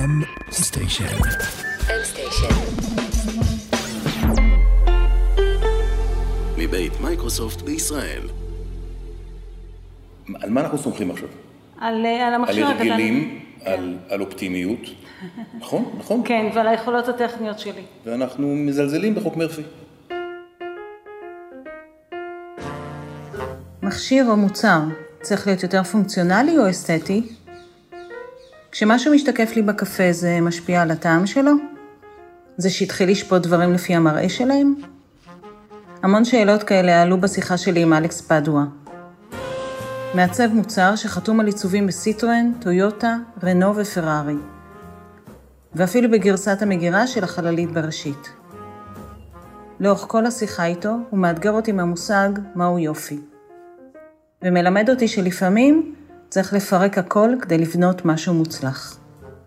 M-Station. מבית מייקרוסופט בישראל. על מה אנחנו סומכים עכשיו? על המכשיר הקטן. על הרגלים, על אופטימיות. נכון? נכון? כן, ועל היכולות הטכניות שלי. ואנחנו מזלזלים בחוק מרפי. מכשיר או מוצר צריך להיות יותר פונקציונלי או אסתטי? כשמשהו משתקף לי בקפה זה משפיע על הטעם שלו? זה שהתחיל לשפוט דברים לפי המראה שלהם? המון שאלות כאלה עלו בשיחה שלי עם אלכס פדואה. מעצב מוצר שחתום על עיצובים בסיטרואן, טויוטה, רנו ופרארי. ואפילו בגרסת המגירה של החללית בראשית. לאורך כל השיחה איתו הוא מאתגר אותי מהמושג מהו יופי. ומלמד אותי שלפעמים צריך לפרק הכל כדי לבנות משהו מוצלח.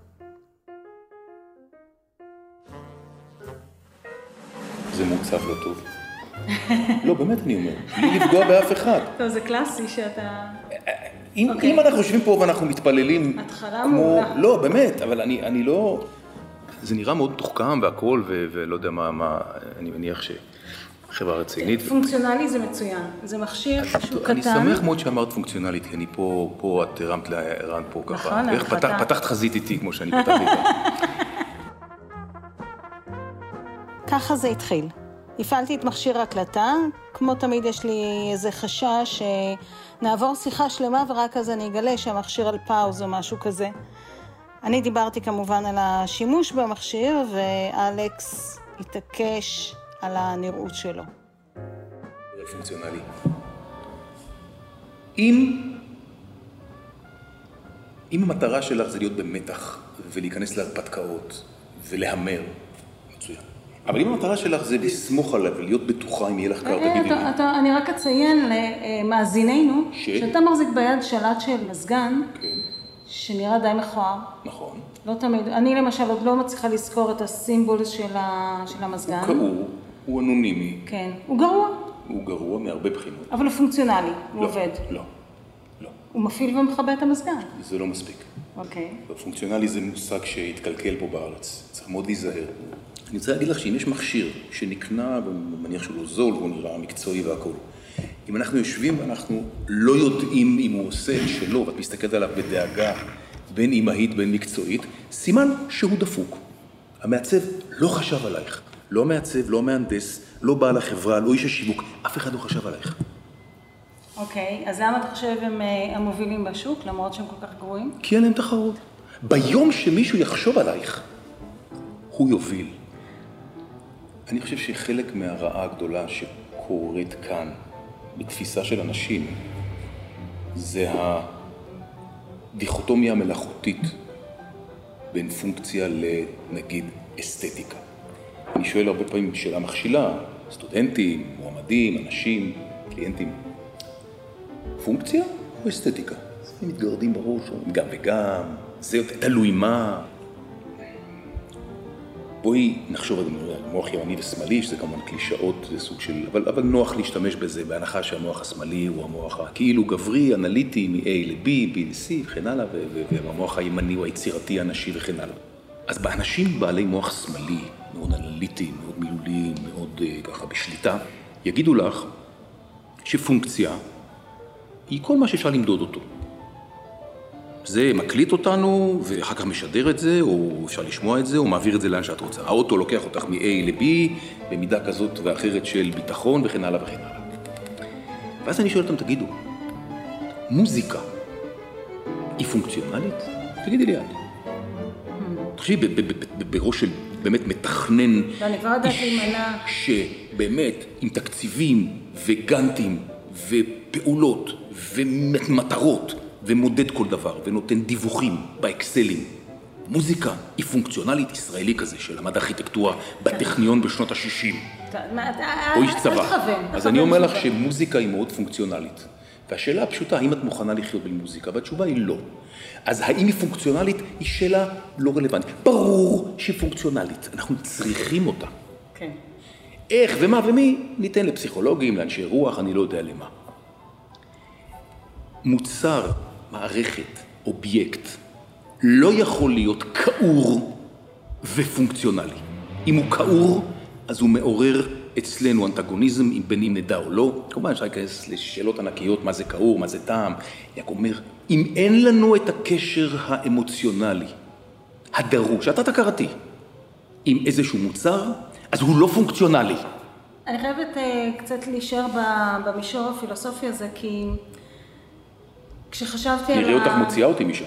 זה מוצב לא טוב. לא, באמת אני אומר. בלי לפגוע באף אחד. טוב, זה קלאסי שאתה... אם אנחנו יושבים פה ואנחנו מתפללים... התחלה מעולה. לא, באמת, אבל אני לא... זה נראה מאוד תוחכם והכל, ולא יודע מה... אני מניח שחברה רצינית... פונקציונלי זה מצוין. זה מכשיר שהוא קטן. אני שמח מאוד שאמרת פונקציונלית, כי אני פה, את הרמת לערן פה ככה. איך פתחת חזית איתי, כמו שאני פתחתי איתה. ככה זה התחיל. הפעלתי את מכשיר ההקלטה, כמו תמיד יש לי איזה חשש שנעבור שיחה שלמה ורק אז אני אגלה שהמכשיר על פאוז או משהו כזה. אני דיברתי כמובן על השימוש במכשיר ואלכס התעקש על הנראות שלו. פונקציונלי. אם המטרה שלך זה להיות במתח ולהיכנס להרפתקאות ולהמר, מצוין. אבל אם המטרה שלך זה לסמוך עליו ולהיות בטוחה אם יהיה לך קר, תגידי לי. אני רק אציין למאזיננו, שאתה מחזיק ביד שלט של מזגן, שנראה די מכוער. נכון. לא תמיד. אני למשל עוד לא מצליחה לזכור את הסימבול של המזגן. הוא כאור, הוא אנונימי. כן. הוא גרוע. הוא גרוע מהרבה בחינות. אבל הוא פונקציונלי, הוא עובד. לא. הוא מפעיל ומכבה את המזגן. זה לא מספיק. אוקיי. פונקציונלי זה מושג שהתקלקל פה בארץ. צריך מאוד להיזהר. אני רוצה להגיד לך שאם יש מכשיר שנקנה, ומניח שהוא לא זול, והוא נראה מקצועי והכל, אם אנחנו יושבים ואנחנו לא יודעים אם הוא עושה את שלו, ואת מסתכלת עליו בדאגה בין אימהית בין מקצועית, סימן שהוא דפוק. המעצב לא חשב עלייך. לא מעצב, לא מהנדס, לא בעל החברה, לא איש השיווק, אף אחד לא חשב עלייך. אוקיי, אז למה אתה חושב הם המובילים בשוק, למרות שהם כל כך גרועים? כי אין להם תחרות. ביום שמישהו יחשוב עלייך, הוא יוביל. אני חושב שחלק מהרעה הגדולה שקורית כאן, בתפיסה של אנשים, זה הדיכוטומיה המלאכותית בין פונקציה לנגיד אסתטיקה. אני שואל הרבה פעמים שאלה מכשילה, סטודנטים, מועמדים, אנשים, קליינטים, פונקציה או אסתטיקה? הם מתגרדים בראש, גם וגם, זה תלוי מה. בואי נחשוב על מוח ימני ושמאלי, שזה כמובן קלישאות, זה סוג של... אבל נוח להשתמש בזה, בהנחה שהמוח השמאלי הוא המוח כאילו גברי, אנליטי, מ-A ל-B, B ל-C וכן הלאה, והמוח הימני הוא היצירתי, אנשי וכן הלאה. אז באנשים בעלי מוח שמאלי, מאוד אנליטיים, מאוד מילוליים, מאוד ככה בשליטה, יגידו לך שפונקציה היא כל מה שאפשר למדוד אותו. זה מקליט אותנו, ואחר כך משדר את זה, או אפשר לשמוע את זה, או מעביר את זה לאן שאת רוצה. האוטו לוקח אותך מ-A ל-B, במידה כזאת ואחרת של ביטחון, וכן הלאה וכן הלאה. ואז אני שואל אותם, תגידו, מוזיקה היא פונקציונלית? תגידי לי את. תחשבי, בראש של באמת מתכנן איש שבאמת עם תקציבים וגנטים ופעולות ומטרות, ומודד כל דבר, ונותן דיווחים באקסלים. מוזיקה היא פונקציונלית ישראלי כזה, שלמד ארכיטקטורה בטכניון בשנות ה-60. או איש צבא. אז אני אומר לך שמוזיקה היא מאוד פונקציונלית. והשאלה הפשוטה, האם את מוכנה לחיות בלי מוזיקה? והתשובה היא לא. אז האם היא פונקציונלית? היא שאלה לא רלוונטית. ברור שהיא פונקציונלית. אנחנו צריכים אותה. כן. איך ומה ומי ניתן לפסיכולוגים, לאנשי רוח, אני לא יודע למה. מוצר, מערכת, אובייקט, לא יכול להיות כאור ופונקציונלי. אם הוא כאור, אז הוא מעורר אצלנו אנטגוניזם, בין אם נדע או לא. כמובן, אפשר להיכנס לשאלות ענקיות, מה זה כאור, מה זה טעם. אני אומר, אם אין לנו את הקשר האמוציונלי, הדרוש, אתה תכרתי, עם איזשהו מוצר, אז הוא לא פונקציונלי. אני חייבת קצת להישאר במישור הפילוסופי הזה, כי כשחשבתי על נראה אותך מוציאה אותי משם.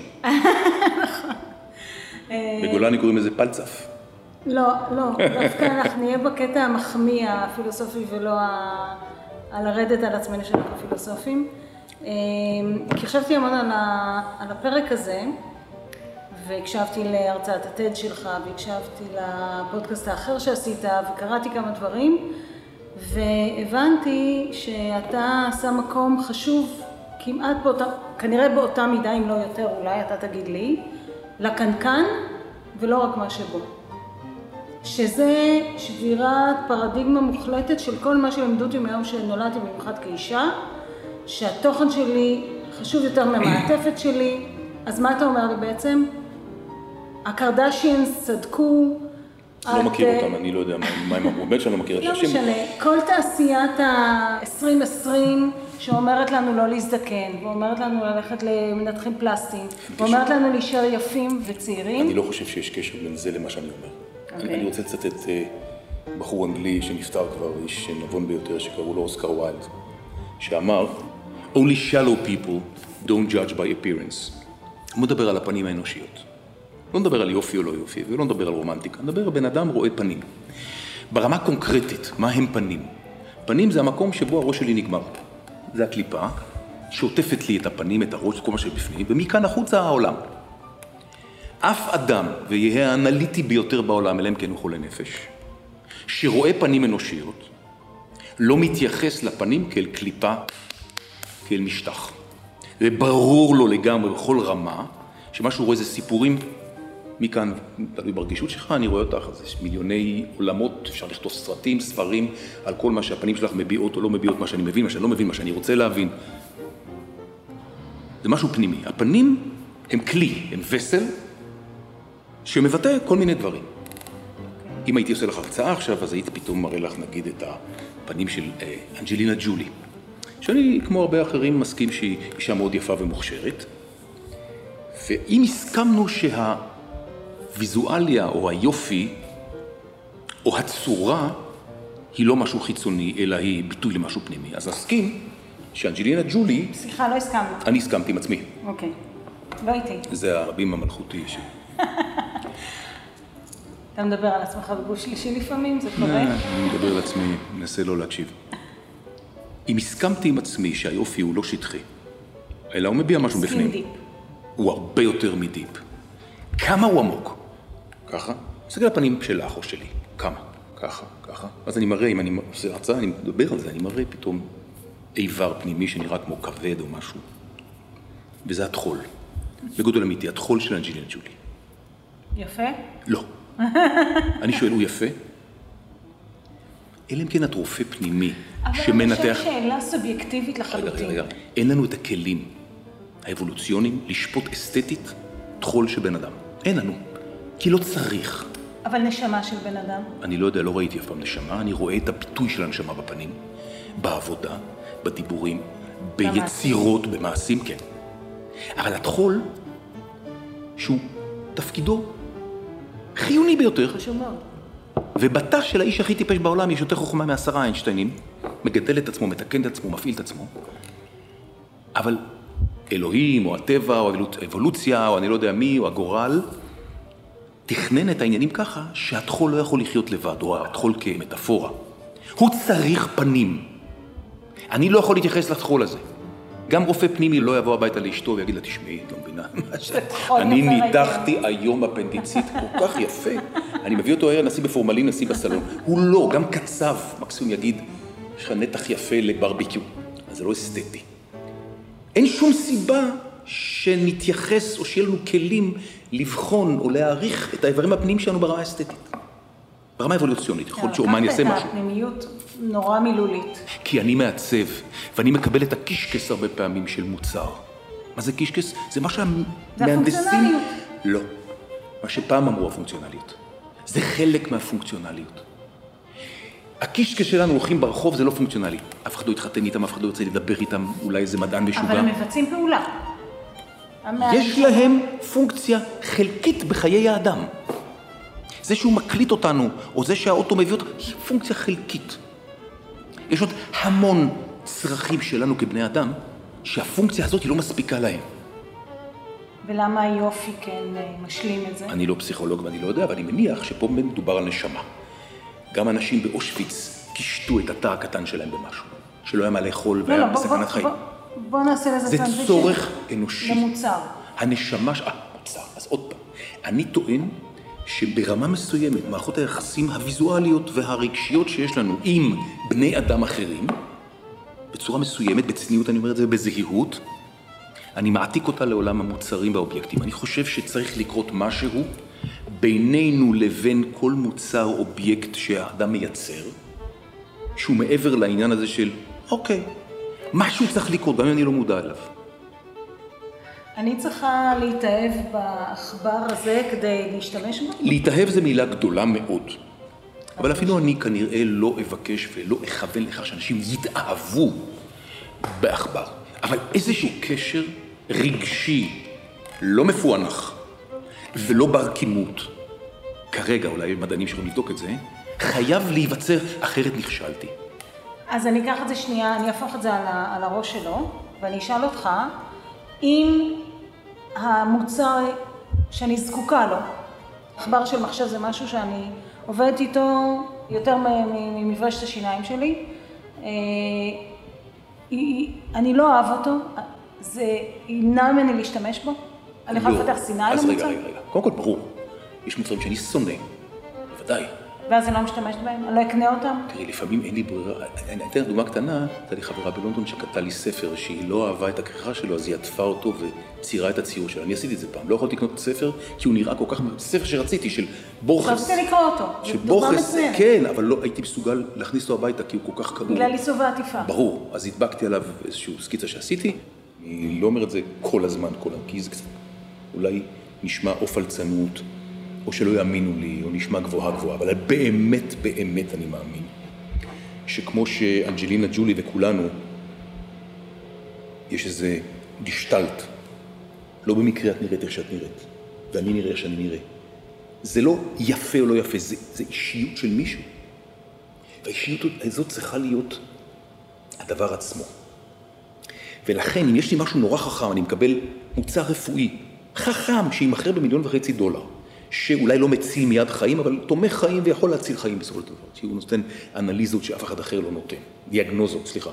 בגולני קוראים לזה פלצף. לא, דווקא אנחנו נהיה בקטע המחמיא הפילוסופי ולא על לרדת על עצמנו שאנחנו פילוסופים. כי חשבתי המון על הפרק הזה, והקשבתי להרצאת הטד שלך, והקשבתי לפודקאסט האחר שעשית, וקראתי כמה דברים, והבנתי שאתה שם מקום חשוב, כמעט כנראה באותה מידה, אם לא יותר, אולי אתה תגיד לי, לקנקן, ולא רק מה שבו. שזה שבירת פרדיגמה מוחלטת של כל מה שלמדו אותי מהיום שנולדתי, במיוחד כאישה, שהתוכן שלי חשוב יותר מהמעטפת שלי. אז מה אתה אומר לי בעצם? הקרדשיאנס צדקו. לא מכיר אותם, אני לא יודע מה הם אמרו, בין שאני לא מכיר את השם. לא משנה, כל תעשיית ה-2020 שאומרת לנו לא להזדקן, ואומרת לנו ללכת למנתחים פלסטיים, ואומרת לנו להישאר יפים וצעירים. אני לא חושב שיש קשר בין זה למה שאני אומר. אני רוצה לצטט בחור אנגלי שנפטר כבר, איש נבון ביותר, שקראו לו אוסקר ויילד, שאמר, Only shallow people don't judge by appearance. הוא מדבר על הפנים האנושיות. לא נדבר על יופי או לא יופי, ולא נדבר על רומנטיקה. נדבר על בן אדם רואה פנים. ברמה קונקרטית, מה הם פנים? פנים זה המקום שבו הראש שלי נגמר. זה הקליפה שעוטפת לי את הפנים, את הראש, כל מה שבפנים, ומכאן החוצה העולם. אף אדם, ויהיה האנליטי ביותר בעולם, אלא אם כן הוא חולה נפש, שרואה פנים אנושיות, לא מתייחס לפנים כאל קליפה, כאל משטח. וברור לו לגמרי בכל רמה, שמה שהוא רואה זה סיפורים, מכאן, תלוי ברגישות שלך, אני רואה אותך, אז יש מיליוני עולמות, אפשר לכתוב סרטים, ספרים, על כל מה שהפנים שלך מביאות או לא מביאות, מה שאני מבין, מה שאני לא מבין, מה שאני רוצה להבין. זה משהו פנימי. הפנים הם כלי, הם וסל, שמבטא כל מיני דברים. אם הייתי עושה לך הרצאה עכשיו, אז הייתי פתאום מראה לך, נגיד, את הפנים של אנג'לינה ג'ולי, שאני, כמו הרבה אחרים, מסכים שהיא אישה מאוד יפה ומוכשרת, ואם הסכמנו שהוויזואליה או היופי או הצורה היא לא משהו חיצוני, אלא היא ביטוי למשהו פנימי, אז נסכים שאנג'לינה ג'ולי... סליחה, לא הסכמנו. אני הסכמתי עם עצמי. אוקיי, לא איתי. זה הרבים המלכותי ש... אתה מדבר על עצמך בגוש שלישי לפעמים, זה קורה? אני מדבר על עצמי, מנסה לא להקשיב. אם הסכמתי עם עצמי שהיופי הוא לא שטחי, אלא הוא מביע משהו בפנים. דיפ. הוא הרבה יותר מדיפ. כמה הוא עמוק? ככה? מסתכל על הפנים שלך או שלי. כמה? ככה, ככה. אז אני מראה, אם אני עושה הרצאה, אני מדבר על זה, אני מראה פתאום איבר פנימי שנראה כמו כבד או משהו. וזה התחול. בגודל אמיתי, התחול של אנג'לינה ג'ולי. יפה? לא. אני שואל, הוא יפה? אלא אם כן את רופא פנימי שמנתח... אבל אני חושב שאלה סובייקטיבית לחלוטין. רגע. אין לנו את הכלים האבולוציוניים לשפוט אסתטית תחול של בן אדם. אין לנו. כי לא צריך. אבל נשמה של בן אדם? אני לא יודע, לא ראיתי אף פעם נשמה. אני רואה את הביטוי של הנשמה בפנים, בעבודה, בדיבורים, ביצירות, במעשים, כן. אבל התחול, שהוא תפקידו חיוני ביותר. חשוב מאוד. ובתא של האיש הכי טיפש בעולם יש יותר חוכמה מ10 איינשטיינים, מגדל את עצמו, מתקן את עצמו, מפעיל את עצמו. אבל אלוהים, או הטבע, או האבולוציה, או אני לא יודע מי, או הגורל, תכנן את העניינים ככה שהתחול לא יכול לחיות לבד, או התחול כמטאפורה. הוא צריך פנים. אני לא יכול להתייחס לתחול הזה. גם רופא פנימי לא יבוא הביתה לאשתו ויגיד לה, תשמעי, לא מבינה. אני ניתחתי היום אפנדיצית כל כך יפה. אני מביא אותו הערב, נשים בפורמלין, נשים בסלון. הוא לא, גם קצב, מקסימום יגיד, יש לך נתח יפה לברביקיו. אז זה לא אסתטי. אין שום סיבה שנתייחס או שיהיה לנו כלים לבחון או להעריך את האיברים הפנימיים שלנו ברמה האסתטית. ברמה אבולוציונית, יכול להיות שאומן יעשה משהו. לקחת את הפנימיות נורא מילולית. כי אני מעצב, ואני מקבל את הקישקס הרבה פעמים של מוצר. מה זה קישקס? זה מה שהמהנדסים... זה הפונקציונליות. לא. מה שפעם אמרו הפונקציונליות. זה חלק מהפונקציונליות. הקישקע שלנו הולכים ברחוב, זה לא פונקציונלי. אף אחד לא יתחתן איתם, אף אחד לא יוצא לדבר איתם, אולי איזה מדען משוגע. אבל הם מבצעים פעולה. יש להם פונקציה חלקית בחיי האדם. זה שהוא מקליט אותנו, או זה שהאוטו מביא אותנו, היא פונקציה חלקית. יש עוד המון צרכים שלנו כבני אדם, שהפונקציה הזאת היא לא מספיקה להם. ולמה היופי כן משלים את זה? אני לא פסיכולוג ואני לא יודע, אבל אני מניח שפה מדובר על נשמה. גם אנשים באושוויץ קישטו את התא הקטן שלהם במשהו, שלא היה מה לאכול והיה בסכנת חיים. בוא נעשה לזה טרנזישן. זה צורך אנושי. למוצר. הנשמה, מוצר, אז עוד פעם. אני טוען שברמה מסוימת, מערכות היחסים הוויזואליות והרגשיות שיש לנו עם בני אדם אחרים, בצורה מסוימת, בצניעות אני אומר את זה, בזהירות, אני מעתיק אותה לעולם המוצרים והאובייקטים. אני חושב שצריך לקרות משהו בינינו לבין כל מוצר אובייקט שהאדם מייצר, שהוא מעבר לעניין הזה של, אוקיי, משהו צריך לקרות, גם אם אני לא מודע אליו. אני צריכה להתאהב בעכבר הזה כדי להשתמש בו? להתאהב זה מילה גדולה מאוד. אבל אפילו אני כנראה לא אבקש ולא אכוון לך שאנשים יתאהבו בעכבר. אבל איזשהו קשר רגשי, לא מפוענח ולא בר כימות, כרגע אולי מדענים שיכולים לבדוק את זה, חייב להיווצר, אחרת נכשלתי. אז אני אקח את זה שנייה, אני אהפוך את זה על הראש שלו, ואני אשאל אותך, אם המוצר שאני זקוקה לו, עכבר של מחשב זה משהו שאני עובדת איתו יותר ממברשת השיניים שלי, אני לא אוהב אותו, זה ימנע ממני להשתמש בו? אני יכולה לפתח שנאה למוצר? אז רגע. קודם כל ברור, יש מוצרים שאני שונא, בוודאי. ואז אני לא משתמשת בהם? אני לא אקנה אותם? תראי, לפעמים אין לי ברירה. אני אתן דוגמה קטנה, הייתה לי חברה בלונדון שקטה לי ספר שהיא לא אהבה את הכריכה שלו, אז היא עטפה אותו וציירה את הציור שלו. אני עשיתי את זה פעם, לא יכולתי לקנות ספר, כי הוא נראה כל כך... ספר שרציתי, של בורכס. רציתי לקרוא אותו, של בורכס, כן, אבל לא הייתי מסוגל להכניס אותו הביתה, כי הוא כל כך קרוב. בגלל עיצוב העטיפה. ברור, אז הדבקתי עליו איזושהי סקיצה שעשיתי. אני לא אומר את זה כל הזמן, כי זה קצת אולי נשמע או פלצנות, או שלא יאמינו לי, או נשמע גבוהה, אבל באמת אני מאמין, שכמו שאנג'לינה ג'ולי וכולנו, יש איזה גשטלט, לא במקרה את נראית איך שאת נראית, ואני נראה איך שאני נראה. זה לא יפה או לא יפה, זה אישיות של מישהו. והאישיות הזאת צריכה להיות הדבר עצמו. ולכן, אם יש לי משהו נורא חכם, אני מקבל מוצר רפואי, חכם, שימחר $1.5 מיליון, שאולי לא מציל מיד חיים, אבל תומך חיים ויכול להציל חיים בסופו של דבר. כי הוא נותן אנליזות שאף אחד אחר לא נותן. דיאגנוזות, סליחה.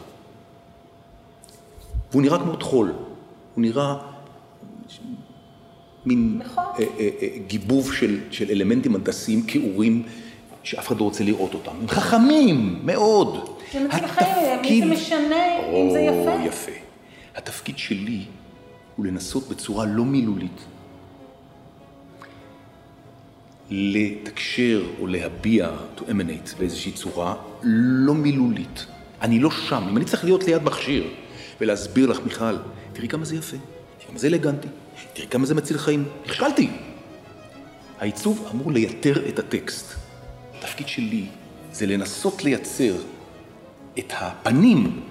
והוא נראה כמו תחול. הוא נראה מין גיבוב של אלמנטים הנדסיים כאורים שאף אחד לא רוצה לראות אותם. הם חכמים מאוד. זה מציל חיים, מי זה משנה אם זה יפה? יפה. התפקיד שלי הוא לנסות בצורה לא מילולית לתקשר או להביע, to emanate באיזושהי צורה לא מילולית. אני לא שם. אם אני צריך להיות ליד מכשיר ולהסביר לך, מיכל, תראי כמה זה יפה, תראי כמה זה אלגנטי, תראי כמה זה מציל חיים. נכשלתי. העיצוב אמור לייתר את הטקסט. התפקיד שלי זה לנסות לייצר את הפנים,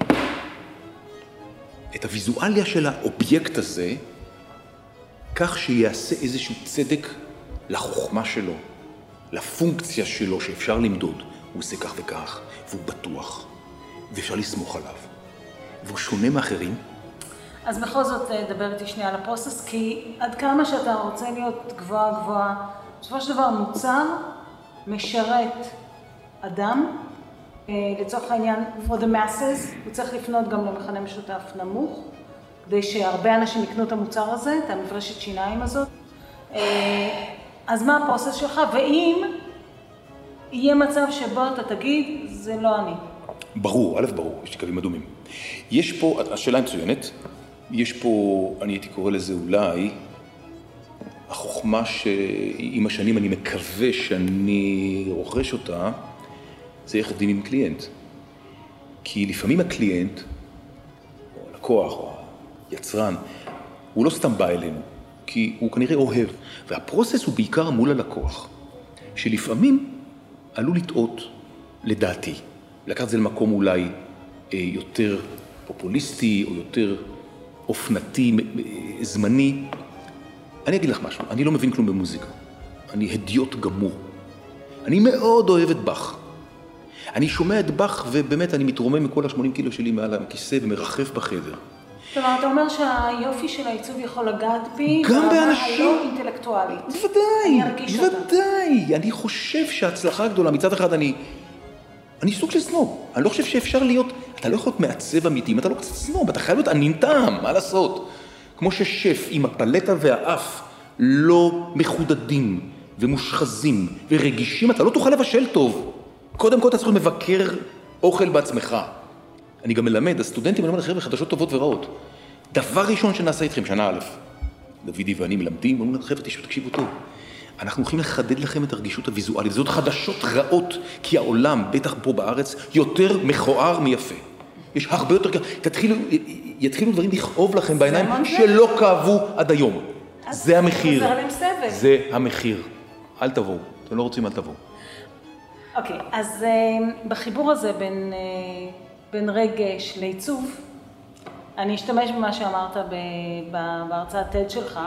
את הוויזואליה של האובייקט הזה, כך שיעשה איזשהו צדק לחוכמה שלו, לפונקציה שלו שאפשר למדוד. הוא עושה כך וכך, והוא בטוח, ואפשר לסמוך עליו. והוא שונה מאחרים. אז בכל זאת דבר איתי שנייה על הפרוסס, כי עד כמה שאתה רוצה להיות גבוהה, בסופו של דבר מוצר משרת אדם, לצורך העניין, for the masses, הוא צריך לפנות גם למכנה משותף נמוך, כדי שהרבה אנשים יקנו את המוצר הזה, את המברשת שיניים הזאת. אז מה הפרוסס שלך? ואם יהיה מצב שבו אתה תגיד, זה לא אני. ברור, ברור, יש לי קווים אדומים. יש פה, השאלה מצוינת, יש פה, אני הייתי קורא לזה אולי, החוכמה שעם השנים אני מקווה שאני רוכש אותה, זה איך עובדים עם קליינט. כי לפעמים הקליינט, או הלקוח, או היצרן, הוא לא סתם בא אלינו, כי הוא כנראה אוהב. והפרוסס הוא בעיקר מול הלקוח, שלפעמים עלול לטעות, לדעתי, לקחת את זה למקום אולי יותר פופוליסטי או יותר אופנתי, זמני. אני אגיד לך משהו, אני לא מבין כלום במוזיקה. אני הדיוט גמור. אני מאוד אוהב את באך. אני שומע את באך ובאמת אני מתרומם מכל ה-80 קילו שלי מעל הכיסא ומרחף בחדר. כלומר, אתה אומר שהיופי של העיצוב יכול לגעת בי, גם באנשים. הלא אינטלקטואלית. ודאי, אני ארגיש אותה. ודאי. אני חושב שההצלחה הגדולה, מצד אחד אני סוג של סנוב. אני לא חושב שאפשר להיות, אתה לא יכול להיות מעצב אמיתי, אם אתה לא קצת סנוב, אתה חייב להיות ענין טעם, מה לעשות? כמו ששף עם הפלטה והאף לא מחודדים ומושחזים ורגישים, אתה לא תוכל לבשל טוב. קודם כל אתה צריך לבקר אוכל בעצמך. אני גם מלמד, הסטודנטים מלמד אחרי חדשות טובות ורעות. דבר ראשון שנעשה איתכם, שנה א', דוידי ואני מלמדים, אומרים חבר'ה, תקשיבו טוב. אנחנו הולכים לחדד לכם את הרגישות הוויזואלית. זאת חדשות רעות, כי העולם, בטח פה בארץ, יותר מכוער מיפה. יש הרבה יותר, יתחילו דברים לכאוב לכם בעיניים שלא כאבו עד היום. זה המחיר. זה המחיר. אל תבואו. אתם לא רוצים, אל תבואו. אוקיי, אז בחיבור הזה בין רגש לעיצוב, אני אשתמש במה שאמרת בהרצאת TED שלך.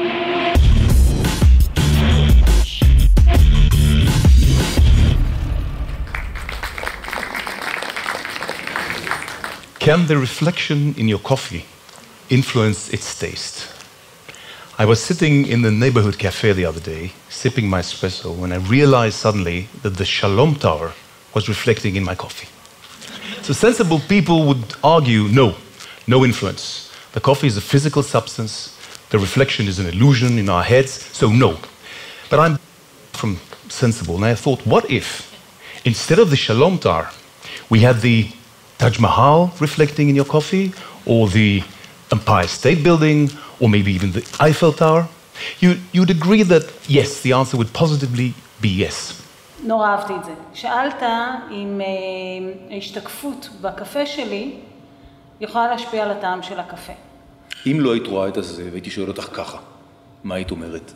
Can the reflection in your coffee influence its taste? I was sitting in the neighborhood cafe the other day, sipping my espresso, when I realized suddenly that the Shalom Tower was reflecting in my coffee. So sensible people would argue, no influence. The coffee is a physical substance, the reflection is an illusion in our heads, so no. But I'm from sensible, and I thought, what if, instead of the Shalom Tower, we had the Taj Mahal reflecting in your coffee, or the Empire State Building, or maybe even the Eiffel Tower? You'd agree that yes, the answer would positively be yes. נורא אהבתי את זה. שאלת אם ההשתקפות בקפה שלי יכולה להשפיע על הטעם של הקפה. אם לא היית רואה את זה והייתי שואל אותך ככה, מה היית אומרת?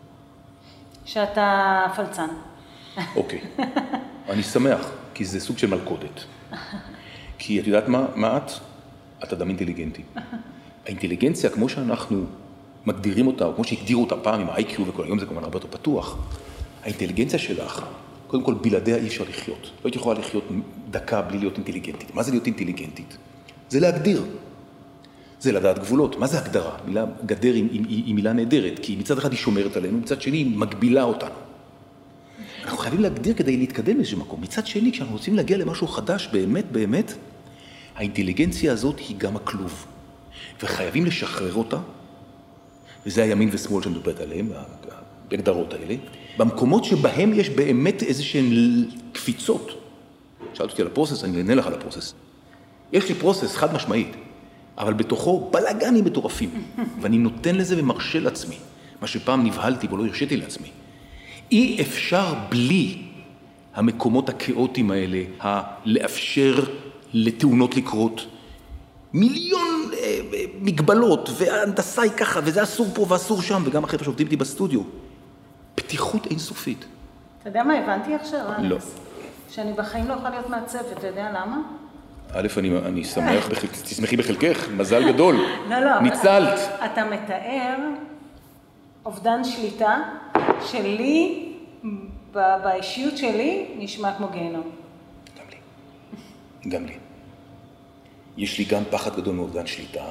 שאתה פלצן. אוקיי. אני שמח, כי זה סוג של מלכודת. כי את יודעת מה את? את אדם אינטליגנטי. האינטליגנציה, כמו שאנחנו מגדירים אותה, או כמו שהגדירו אותה פעם עם ה-IQ וכל היום, זה כמובן הרבה יותר פתוח. האינטליגנציה שלך, קודם כל בלעדיה אי אפשר לחיות. לא היית יכולה לחיות דקה בלי להיות אינטליגנטית. מה זה להיות אינטליגנטית? זה להגדיר. זה לדעת גבולות. מה זה הגדרה? מילה גדר היא מילה נהדרת, כי מצד אחד היא שומרת עלינו, מצד שני היא מגבילה אותנו. אנחנו חייבים להגדיר כדי להתקדם באיזשהו מקום. מצד שני, כשאנחנו רוצים להגיע למשהו חדש, באמת, האינטליגנציה הזאת היא גם הכלוב. וחייבים לשחרר אותה, וזה הימין ושמאל שמדוברת עליהם, בהגדרות האלה, במקומות שבהם יש באמת איזשהן קפיצות. שאלת אותי על הפרוסס, אני אענה לך על הפרוסס. יש לי פרוסס חד משמעית, אבל בתוכו בלגנים מטורפים, ואני נותן לזה ומרשה לעצמי, מה שפעם נבהלתי ולא הרשיתי לעצמי. אי אפשר בלי המקומות הכאוטיים האלה, לאפשר לתאונות לקרות, מיליון מגבלות, וההנדסה היא ככה, וזה אסור פה ואסור שם, וגם אחרי שעובדים איתי בסטודיו. פתיחות אינסופית. אתה יודע מה הבנתי עכשיו? לא. שאני בחיים לא יכולה להיות מעצבת, אתה יודע למה? א', אני שמח, תשמחי בחלקך, מזל גדול. לא, ניצלת. אתה מתאר אובדן שליטה שלי, באישיות שלי, נשמע כמו גיהנום. גם לי. יש לי גם פחד גדול מאובדן שליטה,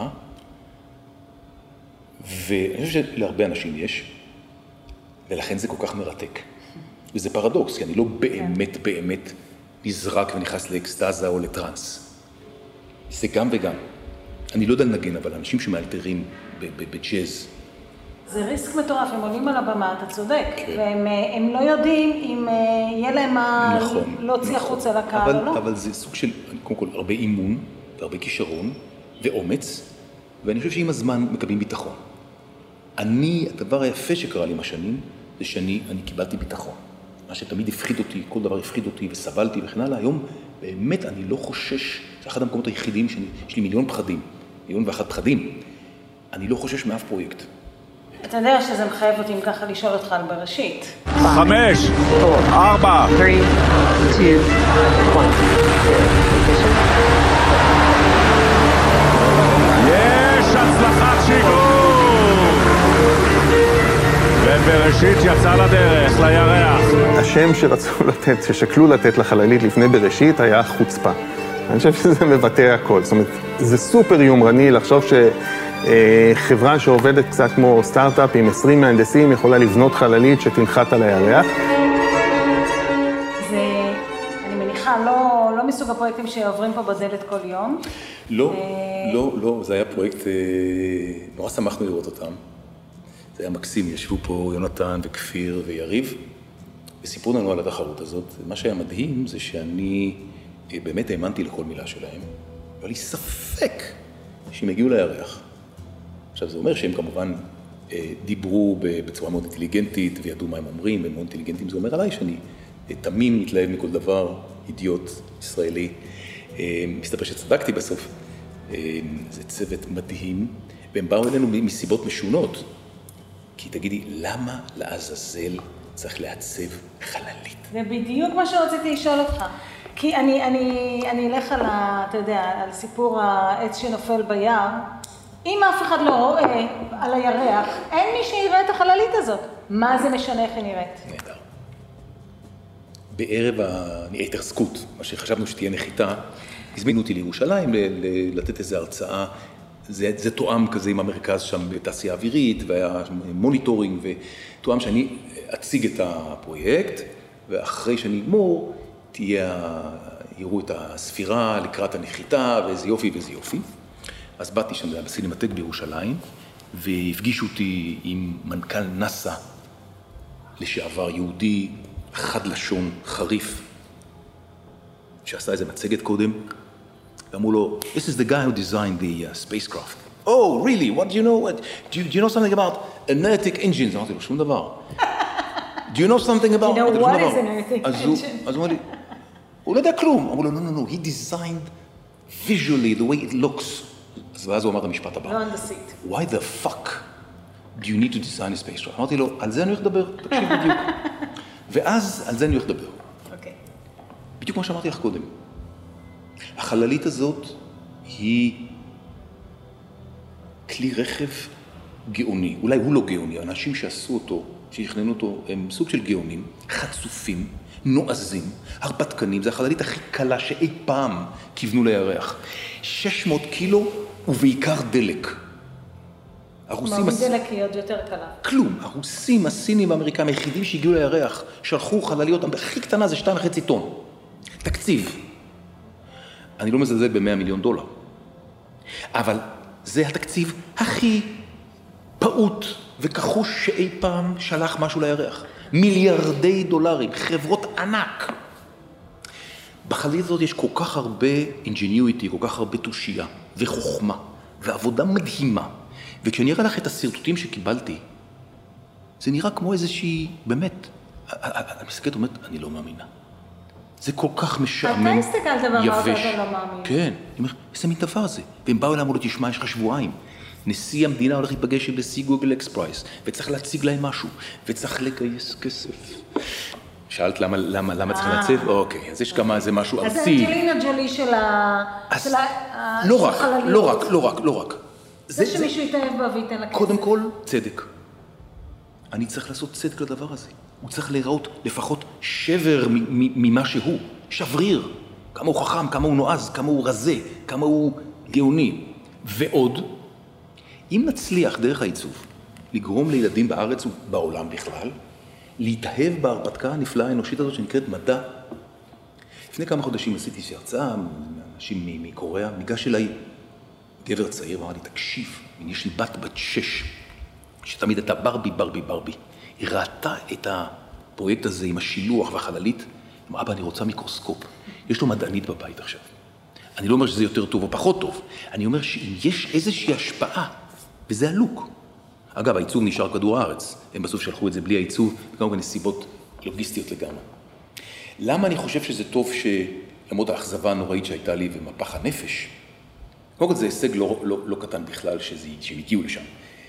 ואני חושב שלהרבה אנשים יש, ולכן זה כל כך מרתק. וזה פרדוקס, כי אני לא באמת נזרק ונכנס לאקסטאזה או לטרנס. זה גם וגם. אני לא יודע לנגן, אבל אנשים שמאלתרים בג'אז. זה ריסק מטורף, הם עולים על הבמה, אתה צודק, והם לא יודעים אם יהיה להם מה להוציא החוצה לקהל או לא. אבל זה סוג של, קודם כל, הרבה אימון, והרבה כישרון, ואומץ, ואני חושב שעם הזמן מקבלים ביטחון. הדבר היפה שקרה לי עם השנים, זה שאני קיבלתי ביטחון. מה שתמיד הפחיד אותי, כל דבר הפחיד אותי וסבלתי וכן הלאה. היום באמת אני לא חושש, זה אחד המקומות היחידים שיש לי מיליון פחדים, 1,001,000 פחדים. אני לא חושש מאף פרויקט. אתה יודע שזה מחייב אותי אם ככה לשאול אותך על בראשית. 5, 4, 3, 2, 1. יש הצלחת שיגור! ובראשית יצא לדרך, לירח. השם ששקלו לתת לחללית לפני בראשית היה חוצפה. אני חושב שזה מבטא הכל. זאת אומרת, זה סופר יומרני לחשוב שחברה שעובדת קצת כמו סטארט-אפ עם 20 מהנדסים יכולה לבנות חללית שתנחת על הירח. זה, אני מניחה, לא מסוג הפרויקטים שעוברים פה בדלת כל יום. לא, זה היה פרויקט, נורא שמחנו לראות אותם. זה היה מקסים, ישבו פה יונתן וכפיר ויריב, וסיפרו לנו על התחרות הזאת. מה שהיה מדהים זה שאני באמת האמנתי לכל מילה שלהם. לא היה לי ספק שהם הגיעו לירח. עכשיו, זה אומר שהם כמובן דיברו בצורה מאוד אינטליגנטית, וידעו מה הם אומרים, הם מאוד אינטליגנטים. זה אומר עליי שאני תמים, מתלהב מכל דבר, אידיוט ישראלי. מסתבר שצדקתי בסוף. זה צוות מדהים, והם באו אלינו מסיבות משונות. כי תגידי, למה לעזאזל צריך לעצב חללית? זה בדיוק מה שרציתי לשאול אותך. כי אני אלך על, אתה יודע, על סיפור העץ שנופל ביער. אם אף אחד לא רואה על הירח, אין מי שיראה את החללית הזאת. מה זה משנה איך היא נראית? נהדר. בערב ההתרסקות, מה שחשבנו שתהיה נחיתה, הזמינו אותי לירושלים לתת איזו הרצאה. זה תואם כזה עם המרכז שם בתעשייה אווירית, והיה מוניטורינג, ותואם שאני אציג את הפרויקט, ואחרי שאני אגמור, יראו את הספירה לקראת הנחיתה, ואיזה יופי ואיזה יופי. אז באתי שם בסינמטק בירושלים, והפגישו אותי עם מנכ"ל נאס"א, לשעבר יהודי, חד לשון, חריף, שעשה איזה מצגת קודם, ואמרו לו, this is the guy who designed the spacecraft. Oh, really? What do you know? Do you know something about inertic engines? אמרתי לו, שום דבר. Do you know something about... You know what is inertic engine? אז הוא אמר לי, הוא לא יודע כלום. אמרו לו, no, he designed visually the way it looks. ואז הוא אמר את המשפט הבא. לא הנדסית. Why the fuck do you need to design a spacecraft? אמרתי לו, על זה אני הולך לדבר, תקשיב בדיוק. ואז על זה אני הולך לדבר. אוקיי. בדיוק כמו שאמרתי לך קודם. החללית הזאת היא כלי רכב גאוני. אולי הוא לא גאוני, האנשים שעשו אותו, שיכננו אותו, הם סוג של גאונים, חצופים, נועזים, הרפתקנים. זה החללית הכי קלה שאי פעם כיוונו לירח. 600 קילו ובעיקר דלק. מה מדלק היא עוד יותר קלה? כלום. הרוסים, הסינים והאמריקאים היחידים שהגיעו לירח, שלחו חלליות, הכי קטנה זה 2.5 טון. תקציב. אני לא מזלזל ב$100 מיליון. אבל זה התקציב הכי פעוט וכחוש שאי פעם שלח משהו לירח. מיליארדי דולרים, חברות ענק. בחללית הזאת יש כל כך הרבה ingenuity, כל כך הרבה תושייה וחוכמה ועבודה מדהימה. וכשאני אראה לך את הסרטוטים שקיבלתי, זה נראה כמו איזושהי, באמת, אני מסתכלת ואומרת, אני לא מאמינה. זה כל כך משעמם, אתה הסתכלת ואמרת, אתה לא מאמין. כן, אני אומר, איזה מין דבר זה? והם באו אליי, אמרו לו, תשמע, יש לך שבועיים. נשיא המדינה הולך להיפגש עם נשיא גוגל אקס פרייס, וצריך להציג להם משהו, וצריך לגייס כסף. שאלת למה צריך לעצב? אוקיי, אז יש כמה, זה משהו ארצי. אז אנג'לינה ג'ולי של החלליות. לא רק. זה שמישהו יתאהב בה וייתן לה כסף. קודם כל, צדק. אני צריך לעשות צדק לדבר הזה. הוא צריך להיראות לפחות שבר ממה שהוא. שבריר. כמה הוא חכם, כמה הוא נועז, כמה הוא רזה, כמה הוא גאוני. ועוד, אם נצליח דרך העיצוב לגרום לילדים בארץ ובעולם בכלל, להתאהב בהרפתקה הנפלאה האנושית הזאת שנקראת מדע. לפני כמה חודשים עשיתי הרצאה, אנשים מקוריאה, ניגש אליי גבר צעיר ואמר לי, תקשיב, יש לי בת 6, שתמיד הייתה ברבי. היא ראתה את הפרויקט הזה עם השילוח והחללית, אמרה, אבא, אני רוצה מיקרוסקופ. יש לו מדענית בבית עכשיו. אני לא אומר שזה יותר טוב או פחות טוב, אני אומר שאם יש איזושהי השפעה, וזה הלוק. אגב, העיצוב נשאר כדור הארץ, הם בסוף שלחו את זה בלי העיצוב, וגם בנסיבות לוגיסטיות לגמרי. למה אני חושב שזה טוב שלמרות האכזבה הנוראית שהייתה לי ומפח הנפש, קודם כל זה הישג לא קטן בכלל שהם הגיעו לשם.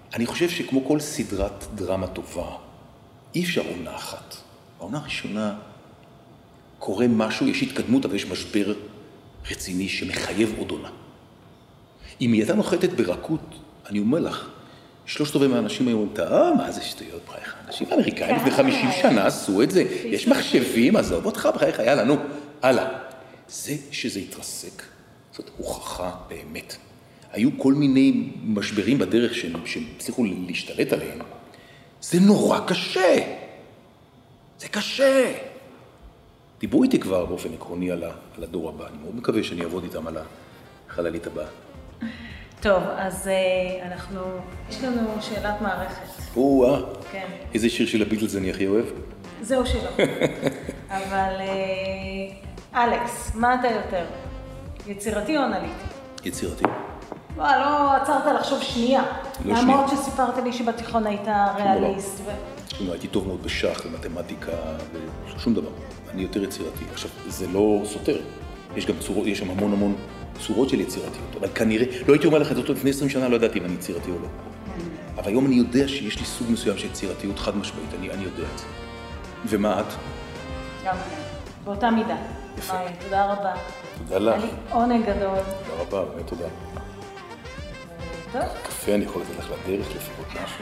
אני חושב שכמו כל סדרת דרמה טובה, אי אפשר עונה אחת. העונה הראשונה קורה משהו, יש התקדמות, אבל יש משבר רציני שמחייב עוד עונה. אם היא הייתה נוחתת ברכות, אני אומר לך, 3/4 מהאנשים היו אומרים, מה זה שטויות ברייך? אנשים אמריקאים לפני 50 שנה עשו את זה, יש מחשבים, עזוב אותך ברייך, יאללה, נו, הלאה. זה שזה התרסק, זאת הוכחה באמת. היו כל מיני משברים בדרך שהם הצליחו להשתלט עליהם. זה נורא קשה. זה קשה. דיברו איתי כבר באופן עקרוני על הדור הבא. אני מאוד מקווה שאני אעבוד איתם על החללית הבאה. טוב, אז יש לנו שאלת מערכת. כן. איזה שיר של הביטלס אני הכי אוהב? זהו שלא. אבל אלכס, מה אתה יותר? יצירתי או אנליטי? יצירתי. לא עצרת לחשוב שנייה. למרות שסיפרת לי שבתיכון היית ריאליסט. הייתי טוב מאוד בשח ומתמטיקה ושום דבר. אני יותר יצירתי. עכשיו, זה לא סותר. יש גם צורות, יש שם המון צורות של יצירתיות. אבל כנראה, לא הייתי אומר לך את זאת לפני 20 שנה, לא ידעתי אם אני יצירתי או לא. אבל היום אני יודע שיש לי סוג מסוים של יצירתיות חד משמעית. אני יודע את זה. ומה את? גם באותה מידה. יפה. תודה רבה. תודה לך. היה לי עונג גדול. תודה רבה, באמת תודה. טוב. קפה אני יכול לתת לך לדרך לפחות משהו.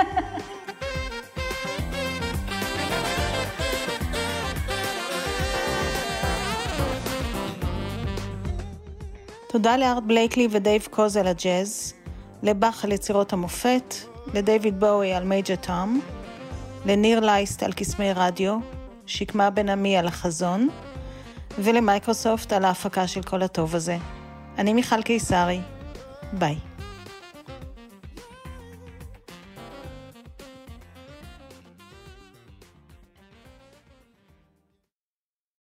תודה לארט בלייקלי ודייב קוז על הג'אז, לבח על יצירות המופת, לדייוויד בואי על מייג'ר טום, לניר לייסט על קסמי רדיו, שקמה בן עמי על החזון, ולמייקרוסופט על ההפקה של כל הטוב הזה. אני מיכל קיסרי. ביי.